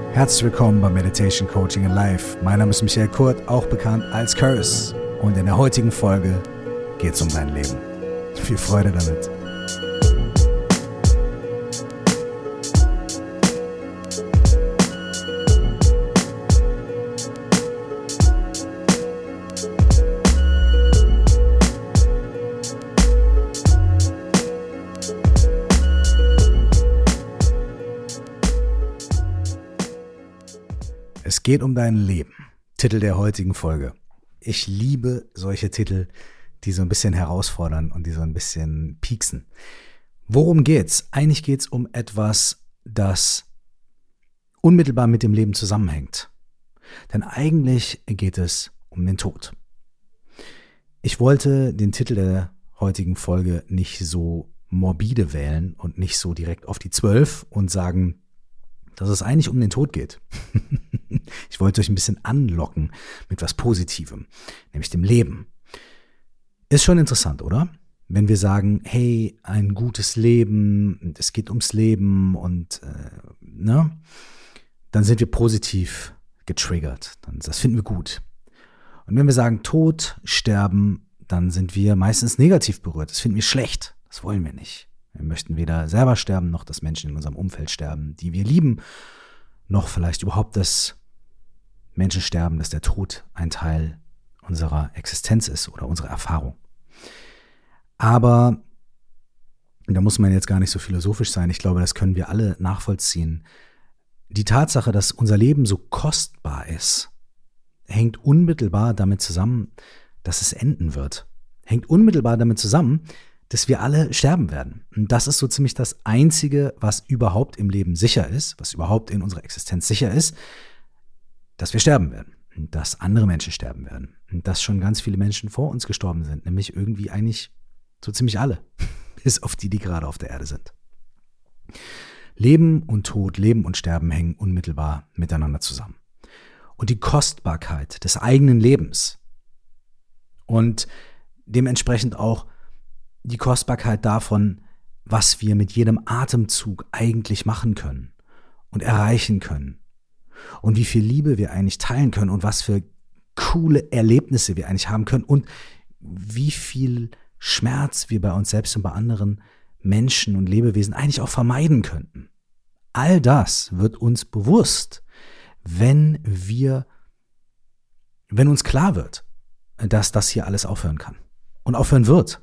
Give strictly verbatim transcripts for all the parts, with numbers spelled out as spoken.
Herzlich willkommen bei Meditation Coaching in Life. Mein Name ist Michael Kurt, auch bekannt als Curse. Und in der heutigen Folge geht es um dein Leben. Viel Freude damit. Es geht um dein Leben. Titel der heutigen Folge. Ich liebe solche Titel, die so ein bisschen herausfordern und die so ein bisschen pieksen. Worum geht's? Eigentlich geht's um etwas, das unmittelbar mit dem Leben zusammenhängt. Denn eigentlich geht es um den Tod. Ich wollte den Titel der heutigen Folge nicht so morbide wählen und nicht so direkt auf die Zwölf und sagen, dass es eigentlich um den Tod geht. Ich wollte euch ein bisschen anlocken mit was Positivem, nämlich dem Leben. Ist schon interessant, oder? Wenn wir sagen, hey, ein gutes Leben, es geht ums Leben und äh, ne, dann sind wir positiv getriggert. Dann, das finden wir gut. Und wenn wir sagen Tod, Sterben, dann sind wir meistens negativ berührt. Das finden wir schlecht. Das wollen wir nicht. Wir möchten weder selber sterben, noch dass Menschen in unserem Umfeld sterben, die wir lieben, noch vielleicht überhaupt, dass Menschen sterben, dass der Tod ein Teil unserer Existenz ist oder unserer Erfahrung. Aber da muss man jetzt gar nicht so philosophisch sein. Ich glaube, das können wir alle nachvollziehen. Die Tatsache, dass unser Leben so kostbar ist, hängt unmittelbar damit zusammen, dass es enden wird. Hängt unmittelbar damit zusammen, dass wir alle sterben werden. Und das ist so ziemlich das Einzige, was überhaupt im Leben sicher ist, was überhaupt in unserer Existenz sicher ist, dass wir sterben werden. Und dass andere Menschen sterben werden. Und dass schon ganz viele Menschen vor uns gestorben sind, nämlich irgendwie eigentlich so ziemlich alle, bis auf die, die gerade auf der Erde sind. Leben und Tod, Leben und Sterben hängen unmittelbar miteinander zusammen. Und die Kostbarkeit des eigenen Lebens und dementsprechend auch die Kostbarkeit davon, was wir mit jedem Atemzug eigentlich machen können und erreichen können und wie viel Liebe wir eigentlich teilen können und was für coole Erlebnisse wir eigentlich haben können und wie viel Schmerz wir bei uns selbst und bei anderen Menschen und Lebewesen eigentlich auch vermeiden könnten. All das wird uns bewusst, wenn wir, wenn uns klar wird, dass das hier alles aufhören kann und aufhören wird.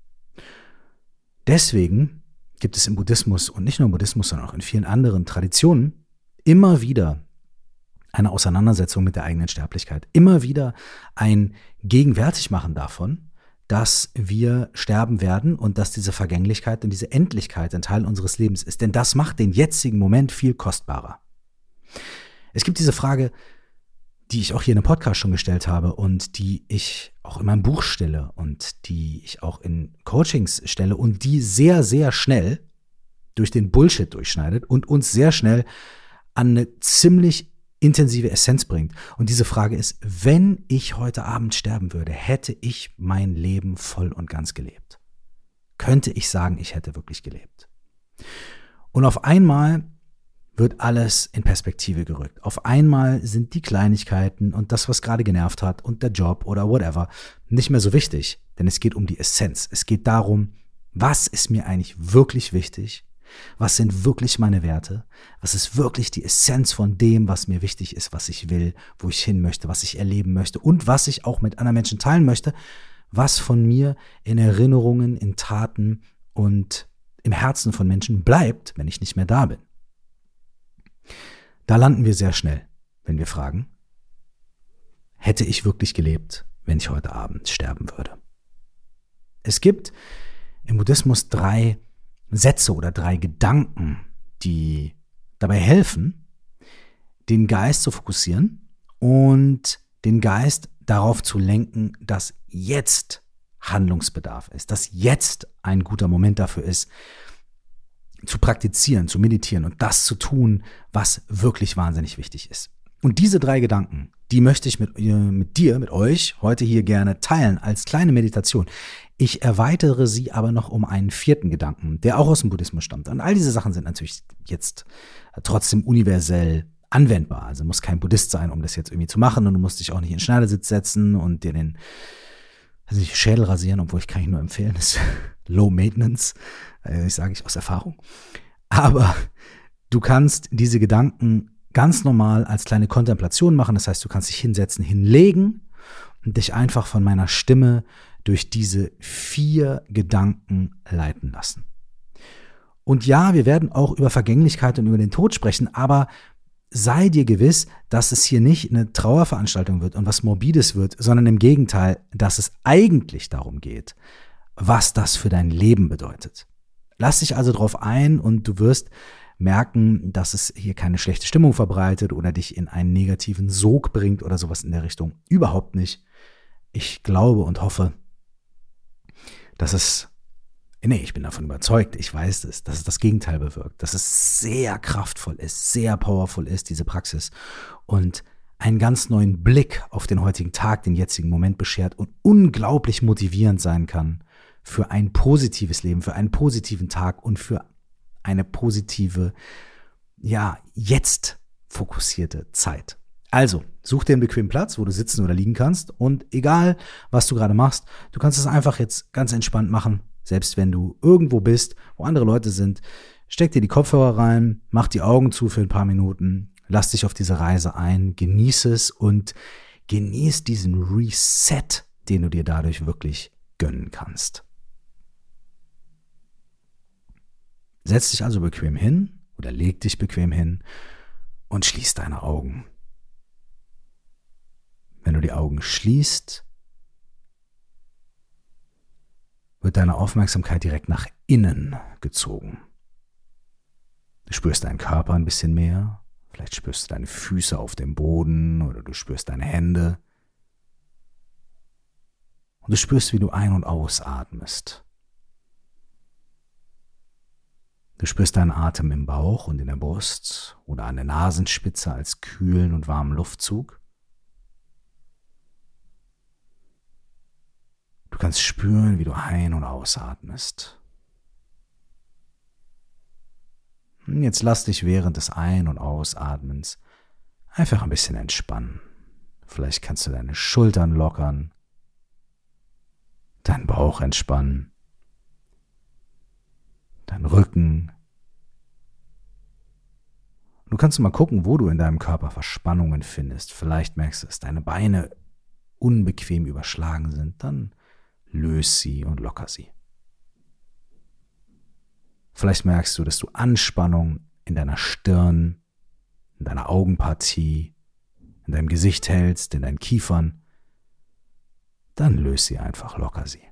Deswegen gibt es im Buddhismus und nicht nur im Buddhismus, sondern auch in vielen anderen Traditionen immer wieder eine Auseinandersetzung mit der eigenen Sterblichkeit. Immer wieder ein Gegenwärtigmachen davon, dass wir sterben werden und dass diese Vergänglichkeit und diese Endlichkeit ein Teil unseres Lebens ist. Denn das macht den jetzigen Moment viel kostbarer. Es gibt diese Frage, die ich auch hier in einem Podcast schon gestellt habe und die ich auch in meinem Buch stelle und die ich auch in Coachings stelle und die sehr, sehr schnell durch den Bullshit durchschneidet und uns sehr schnell an eine ziemlich intensive Essenz bringt. Und diese Frage ist, wenn ich heute Abend sterben würde, hätte ich mein Leben voll und ganz gelebt? Könnte ich sagen, ich hätte wirklich gelebt? Und auf einmal wird alles in Perspektive gerückt. Auf einmal sind die Kleinigkeiten und das, was gerade genervt hat und der Job oder whatever nicht mehr so wichtig, denn es geht um die Essenz. Es geht darum, was ist mir eigentlich wirklich wichtig? Was sind wirklich meine Werte? Was ist wirklich die Essenz von dem, was mir wichtig ist, was ich will, wo ich hin möchte, was ich erleben möchte und was ich auch mit anderen Menschen teilen möchte, was von mir in Erinnerungen, in Taten und im Herzen von Menschen bleibt, wenn ich nicht mehr da bin. Da landen wir sehr schnell, wenn wir fragen, hätte ich wirklich gelebt, wenn ich heute Abend sterben würde? Es gibt im Buddhismus drei Sätze oder drei Gedanken, die dabei helfen, den Geist zu fokussieren und den Geist darauf zu lenken, dass jetzt Handlungsbedarf ist, dass jetzt ein guter Moment dafür ist, zu praktizieren, zu meditieren und das zu tun, was wirklich wahnsinnig wichtig ist. Und diese drei Gedanken, die möchte ich mit, mit dir, mit euch heute hier gerne teilen als kleine Meditation. Ich erweitere sie aber noch um einen vierten Gedanken, der auch aus dem Buddhismus stammt. Und all diese Sachen sind natürlich jetzt trotzdem universell anwendbar. Also musst kein Buddhist sein, um das jetzt irgendwie zu machen, und du musst dich auch nicht in den Schneidersitz setzen und dir den also nicht Schädel rasieren, obwohl ich kann ich nur empfehlen, das ist Low Maintenance, ich sage ich aus Erfahrung. Aber du kannst diese Gedanken ganz normal als kleine Kontemplation machen. Das heißt, du kannst dich hinsetzen, hinlegen und dich einfach von meiner Stimme durch diese vier Gedanken leiten lassen. Und ja, wir werden auch über Vergänglichkeit und über den Tod sprechen, aber sei dir gewiss, dass es hier nicht eine Trauerveranstaltung wird und was Morbides wird, sondern im Gegenteil, dass es eigentlich darum geht, was das für dein Leben bedeutet. Lass dich also drauf ein und du wirst merken, dass es hier keine schlechte Stimmung verbreitet oder dich in einen negativen Sog bringt oder sowas in der Richtung. Überhaupt nicht. Ich glaube und hoffe, dass es, nee, ich bin davon überzeugt, ich weiß es, dass es das Gegenteil bewirkt, dass es sehr kraftvoll ist, sehr powerful ist, diese Praxis, und einen ganz neuen Blick auf den heutigen Tag, den jetzigen Moment beschert und unglaublich motivierend sein kann für ein positives Leben, für einen positiven Tag und für eine positive, ja, jetzt fokussierte Zeit. Also, such dir einen bequemen Platz, wo du sitzen oder liegen kannst, und egal, was du gerade machst, du kannst es einfach jetzt ganz entspannt machen, selbst wenn du irgendwo bist, wo andere Leute sind. Steck dir die Kopfhörer rein, mach die Augen zu für ein paar Minuten, lass dich auf diese Reise ein, genieß es und genieß diesen Reset, den du dir dadurch wirklich gönnen kannst. Setz dich also bequem hin oder leg dich bequem hin und schließ deine Augen. Wenn du die Augen schließt, wird deine Aufmerksamkeit direkt nach innen gezogen. Du spürst deinen Körper ein bisschen mehr, vielleicht spürst du deine Füße auf dem Boden oder du spürst deine Hände. Und du spürst, wie du ein- und ausatmest. Du spürst deinen Atem im Bauch und in der Brust oder an der Nasenspitze als kühlen und warmen Luftzug. Du kannst spüren, wie du ein- und ausatmest. Und jetzt lass dich während des Ein- und Ausatmens einfach ein bisschen entspannen. Vielleicht kannst du deine Schultern lockern, deinen Bauch entspannen, deinen Rücken. Du kannst mal gucken, wo du in deinem Körper Verspannungen findest. Vielleicht merkst du, dass deine Beine unbequem überschlagen sind. Dann löse sie und locker sie. Vielleicht merkst du, dass du Anspannung in deiner Stirn, in deiner Augenpartie, in deinem Gesicht hältst, in deinen Kiefern. Dann löse sie einfach, locker sie.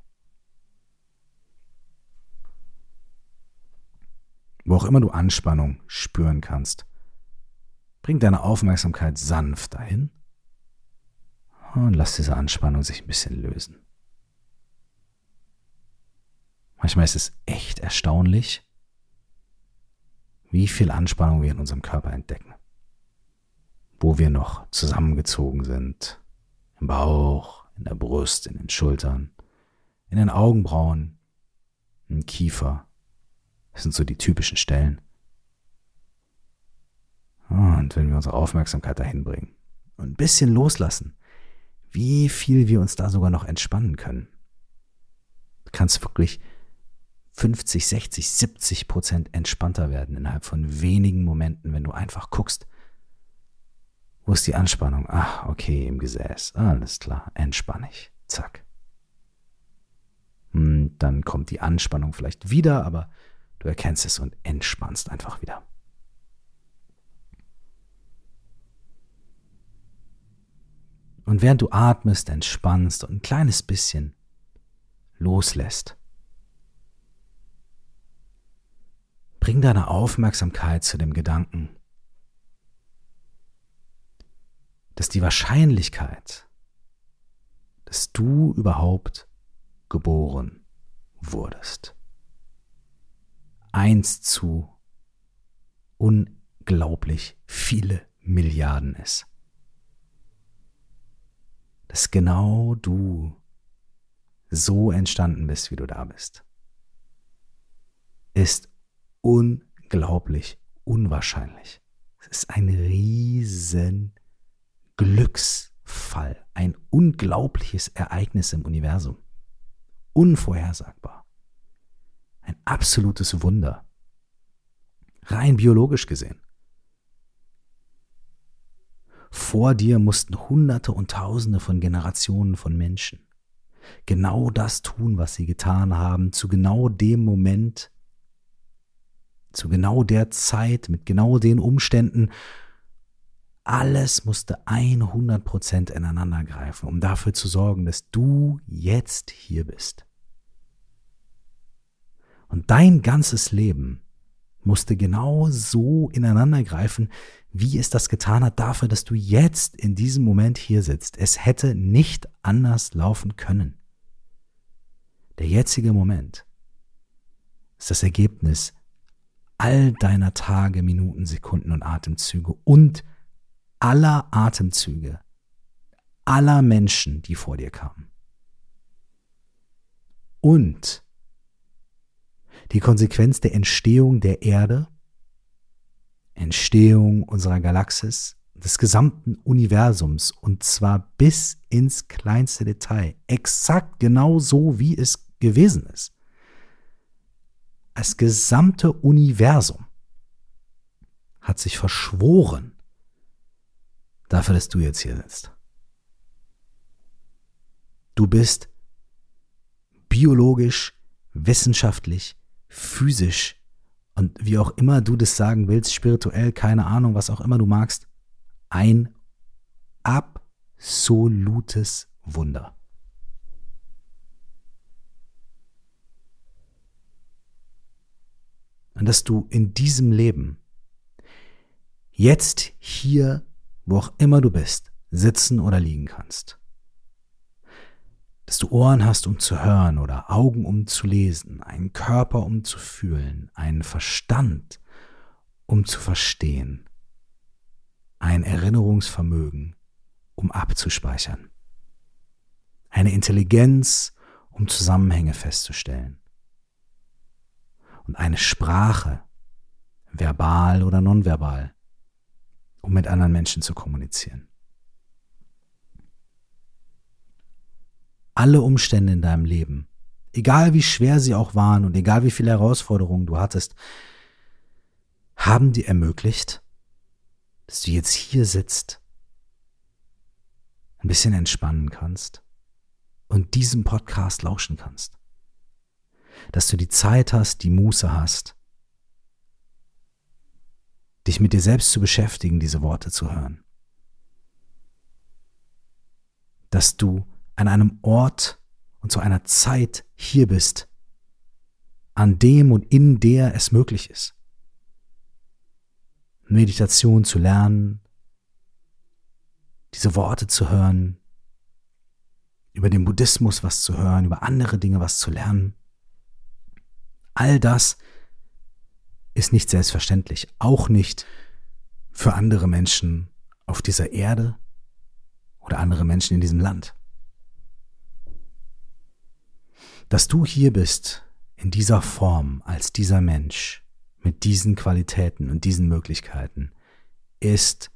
Wo auch immer du Anspannung spüren kannst, bring deine Aufmerksamkeit sanft dahin und lass diese Anspannung sich ein bisschen lösen. Manchmal ist es echt erstaunlich, wie viel Anspannung wir in unserem Körper entdecken. Wo wir noch zusammengezogen sind, im Bauch, in der Brust, in den Schultern, in den Augenbrauen, im Kiefer. Das sind so die typischen Stellen. Und wenn wir unsere Aufmerksamkeit dahin bringen und ein bisschen loslassen, wie viel wir uns da sogar noch entspannen können. Du kannst wirklich fünfzig, sechzig, siebzig Prozent entspannter werden innerhalb von wenigen Momenten, wenn du einfach guckst, wo ist die Anspannung? Ach, okay, im Gesäß. Alles klar, entspann ich. Zack. Und dann kommt die Anspannung vielleicht wieder, aber du erkennst es und entspannst einfach wieder. Und während du atmest, entspannst und ein kleines bisschen loslässt, bring deine Aufmerksamkeit zu dem Gedanken, dass die Wahrscheinlichkeit, dass du überhaupt geboren wurdest, eins zu unglaublich viele Milliarden ist. Dass genau du so entstanden bist, wie du da bist, ist unglaublich unwahrscheinlich. Es ist ein riesen Glücksfall, ein unglaubliches Ereignis im Universum. Unvorhersagbar. Ein absolutes Wunder. Rein biologisch gesehen. Vor dir mussten Hunderte und Tausende von Generationen von Menschen genau das tun, was sie getan haben, zu genau dem Moment, zu genau der Zeit, mit genau den Umständen. Alles musste hundert Prozent ineinander greifen, um dafür zu sorgen, dass du jetzt hier bist. Und dein ganzes Leben musste genau so ineinander greifen, wie es das getan hat, dafür, dass du jetzt in diesem Moment hier sitzt. Es hätte nicht anders laufen können. Der jetzige Moment ist das Ergebnis all deiner Tage, Minuten, Sekunden und Atemzüge und aller Atemzüge aller Menschen, die vor dir kamen. Und die Konsequenz der Entstehung der Erde, Entstehung unserer Galaxis, des gesamten Universums, und zwar bis ins kleinste Detail, exakt genau so, wie es gewesen ist. Das gesamte Universum hat sich verschworen dafür, dass du jetzt hier sitzt. Du bist biologisch, wissenschaftlich, physisch und wie auch immer du das sagen willst, spirituell, keine Ahnung, was auch immer du magst, ein absolutes Wunder. Und dass du in diesem Leben jetzt hier, wo auch immer du bist, sitzen oder liegen kannst. Dass du Ohren hast, um zu hören oder Augen, um zu lesen, einen Körper, um zu fühlen, einen Verstand, um zu verstehen, ein Erinnerungsvermögen, um abzuspeichern, eine Intelligenz, um Zusammenhänge festzustellen und eine Sprache, verbal oder nonverbal, um mit anderen Menschen zu kommunizieren. Alle Umstände in deinem Leben, egal wie schwer sie auch waren und egal wie viele Herausforderungen du hattest, haben dir ermöglicht, dass du jetzt hier sitzt, ein bisschen entspannen kannst und diesem Podcast lauschen kannst. Dass du die Zeit hast, die Muße hast, dich mit dir selbst zu beschäftigen, diese Worte zu hören. Dass du an einem Ort und zu einer Zeit hier bist, an dem und in der es möglich ist. Meditation zu lernen, diese Worte zu hören, über den Buddhismus was zu hören, über andere Dinge was zu lernen. All das ist nicht selbstverständlich, auch nicht für andere Menschen auf dieser Erde oder andere Menschen in diesem Land. Dass du hier bist, in dieser Form, als dieser Mensch, mit diesen Qualitäten und diesen Möglichkeiten, ist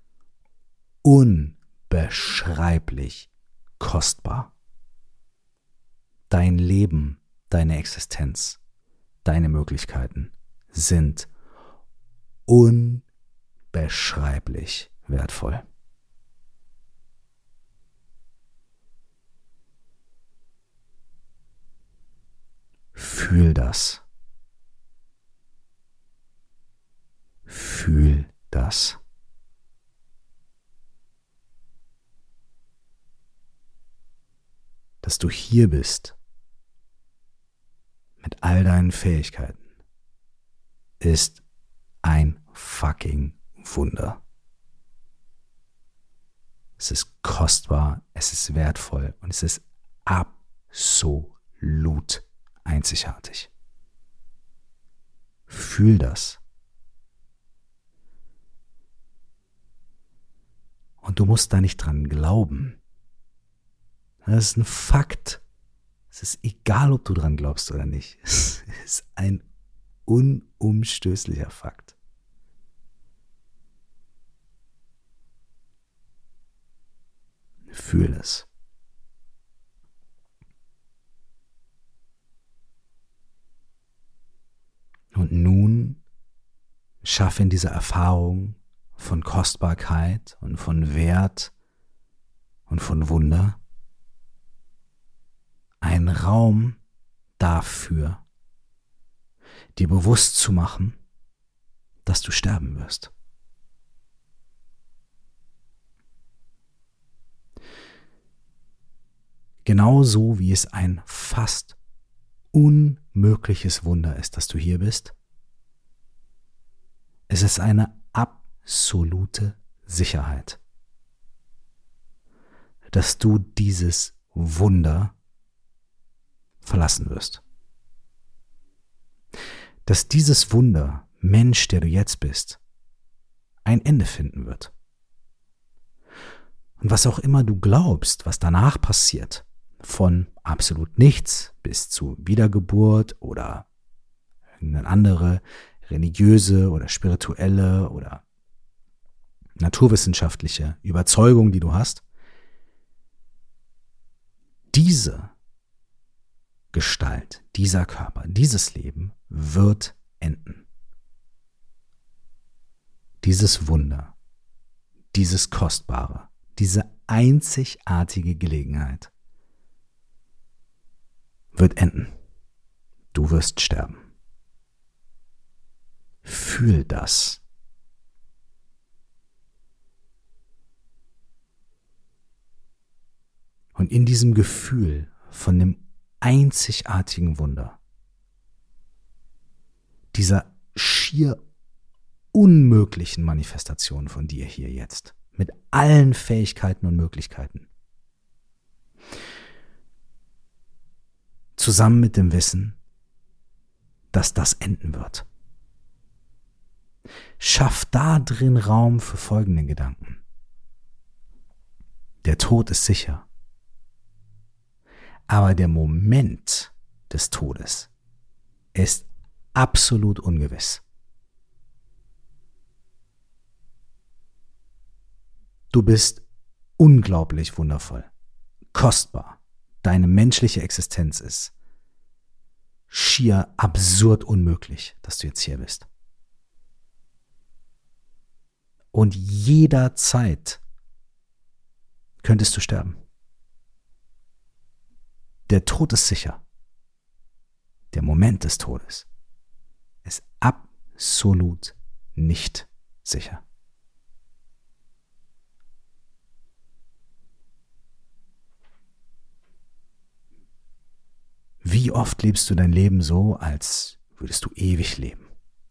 unbeschreiblich kostbar. Dein Leben, deine Existenz, deine Möglichkeiten sind unbeschreiblich wertvoll. Fühl das. Fühl das. Dass du hier bist, mit all deinen Fähigkeiten, ist ein fucking Wunder. Es ist kostbar, es ist wertvoll und es ist absolut einzigartig. Fühl das. Und du musst da nicht dran glauben. Das ist ein Fakt. Es ist egal, ob du dran glaubst oder nicht. Es ist ein unumstößlicher Fakt. Fühl es. Und nun schaffe in dieser Erfahrung von Kostbarkeit und von Wert und von Wunder einen Raum dafür, dir bewusst zu machen, dass du sterben wirst. Genauso wie es ein fast unmögliches Wunder ist, dass du hier bist, es ist eine absolute Sicherheit, dass du dieses Wunder verlassen wirst. Dass dieses Wunder, Mensch, der du jetzt bist, ein Ende finden wird. Und was auch immer du glaubst, was danach passiert, von absolut nichts bis zu Wiedergeburt oder irgendeine andere religiöse oder spirituelle oder naturwissenschaftliche Überzeugung, die du hast, diese Gestalt, dieser Körper, dieses Leben wird enden. Dieses Wunder, dieses Kostbare, diese einzigartige Gelegenheit wird enden. Du wirst sterben. Fühl das. Und in diesem Gefühl von dem einzigartigen Wunder, dieser schier unmöglichen Manifestation von dir hier jetzt, mit allen Fähigkeiten und Möglichkeiten, zusammen mit dem Wissen, dass das enden wird. Schaff da drin Raum für folgenden Gedanken. Der Tod ist sicher, aber der Moment des Todes ist absolut ungewiss. Du bist unglaublich wundervoll, kostbar. Deine menschliche Existenz ist schier absurd unmöglich, dass du jetzt hier bist. Und jederzeit könntest du sterben. Der Tod ist sicher. Der Moment des Todes ist absolut nicht sicher. Wie oft lebst du dein Leben so, als würdest du ewig leben?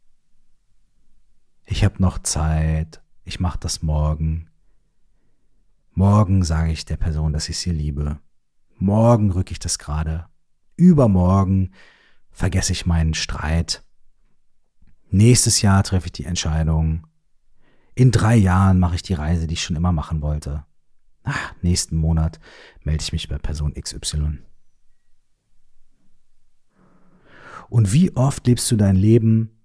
Ich habe noch Zeit, ich mache das morgen. Morgen sage ich der Person, dass ich sie liebe. Morgen rücke ich das gerade. Übermorgen vergesse ich meinen Streit. Nächstes Jahr treffe ich die Entscheidung. In drei Jahren mache ich die Reise, die ich schon immer machen wollte. Ach, nächsten Monat melde ich mich bei Person X Y. Und wie oft lebst du dein Leben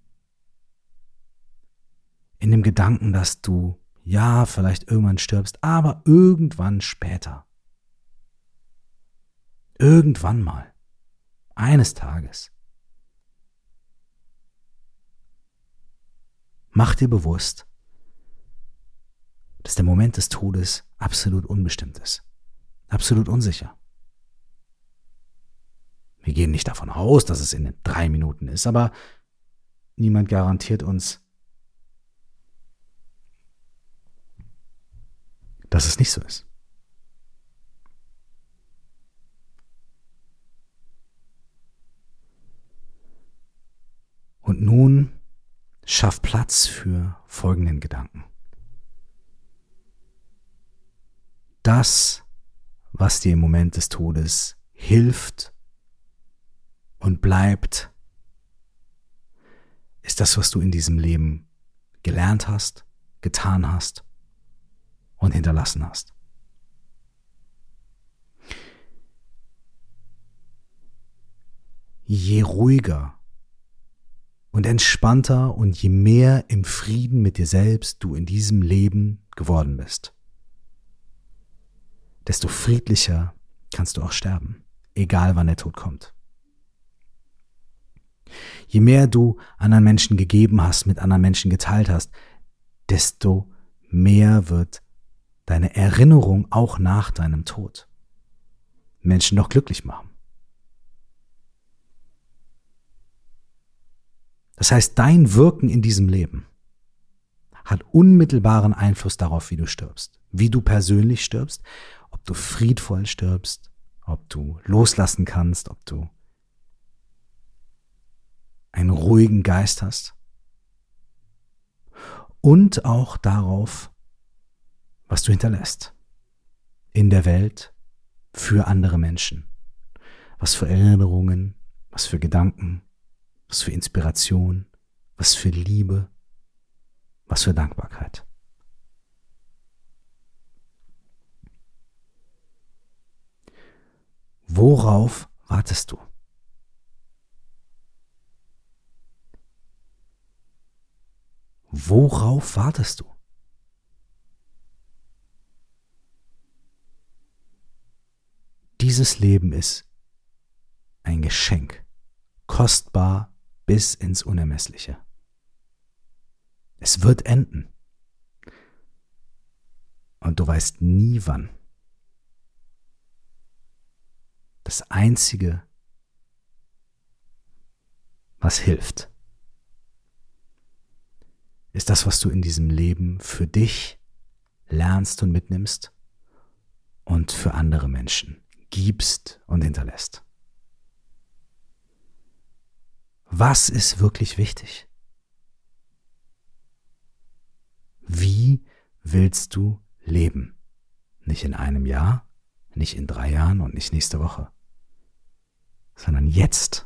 in dem Gedanken, dass du, ja, vielleicht irgendwann stirbst, aber irgendwann später. Irgendwann mal. Eines Tages. Mach dir bewusst, dass der Moment des Todes absolut unbestimmt ist. Absolut unsicher. Wir gehen nicht davon aus, dass es in drei Minuten ist, aber niemand garantiert uns, dass es nicht so ist. Und nun schaff Platz für folgenden Gedanken. Das, was dir im Moment des Todes hilft und bleibt, ist das, was du in diesem Leben gelernt hast, getan hast und hinterlassen hast. Je ruhiger und entspannter und je mehr im Frieden mit dir selbst du in diesem Leben geworden bist, desto friedlicher kannst du auch sterben, egal wann der Tod kommt. Je mehr du anderen Menschen gegeben hast, mit anderen Menschen geteilt hast, desto mehr wird deine Erinnerung auch nach deinem Tod Menschen noch glücklich machen. Das heißt, dein Wirken in diesem Leben hat unmittelbaren Einfluss darauf, wie du stirbst. Wie du persönlich stirbst, ob du friedvoll stirbst, ob du loslassen kannst, ob du einen ruhigen Geist hast. Und auch darauf, was du hinterlässt. In der Welt, für andere Menschen. Was für Erinnerungen, was für Gedanken, was für Inspiration, was für Liebe, was für Dankbarkeit. Worauf wartest du? Worauf wartest du? Dieses Leben ist ein Geschenk, kostbar bis ins Unermessliche. Es wird enden. Und du weißt nie wann. Das Einzige, was hilft, ist das, was du in diesem Leben für dich lernst und mitnimmst und für andere Menschen gibst und hinterlässt. Was ist wirklich wichtig? Wie willst du leben? Nicht in einem Jahr, nicht in drei Jahren und nicht nächste Woche, sondern jetzt.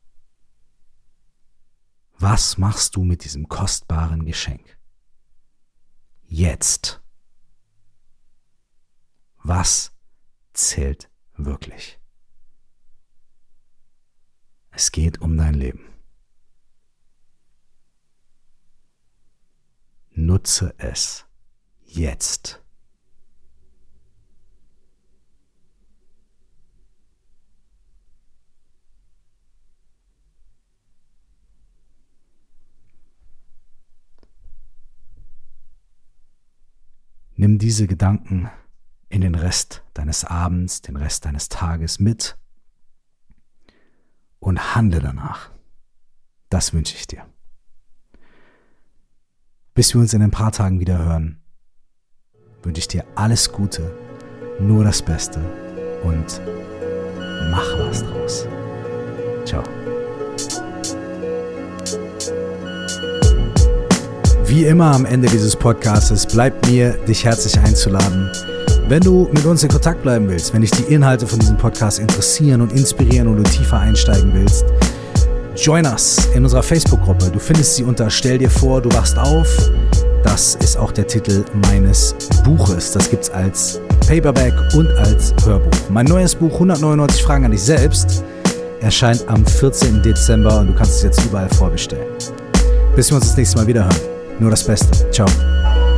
Was machst du mit diesem kostbaren Geschenk? Jetzt. Was zählt wirklich? Es geht um dein Leben. Nutze es jetzt. Nimm diese Gedanken in den Rest deines Abends, den Rest deines Tages mit und handle danach. Das wünsche ich dir. Bis wir uns in ein paar Tagen wieder hören, wünsche ich dir alles Gute, nur das Beste und mach was draus. Ciao. Wie immer am Ende dieses Podcasts bleibt mir, dich herzlich einzuladen. Wenn du mit uns in Kontakt bleiben willst, wenn dich die Inhalte von diesem Podcast interessieren und inspirieren und du tiefer einsteigen willst, join us in unserer Facebook-Gruppe. Du findest sie unter Stell dir vor, du wachst auf. Das ist auch der Titel meines Buches. Das gibt's als Paperback und als Hörbuch. Mein neues Buch hundertneunundneunzig Fragen an dich selbst erscheint am vierzehnten Dezember und du kannst es jetzt überall vorbestellen. Bis wir uns das nächste Mal wieder hören. Nur das Beste. Ciao.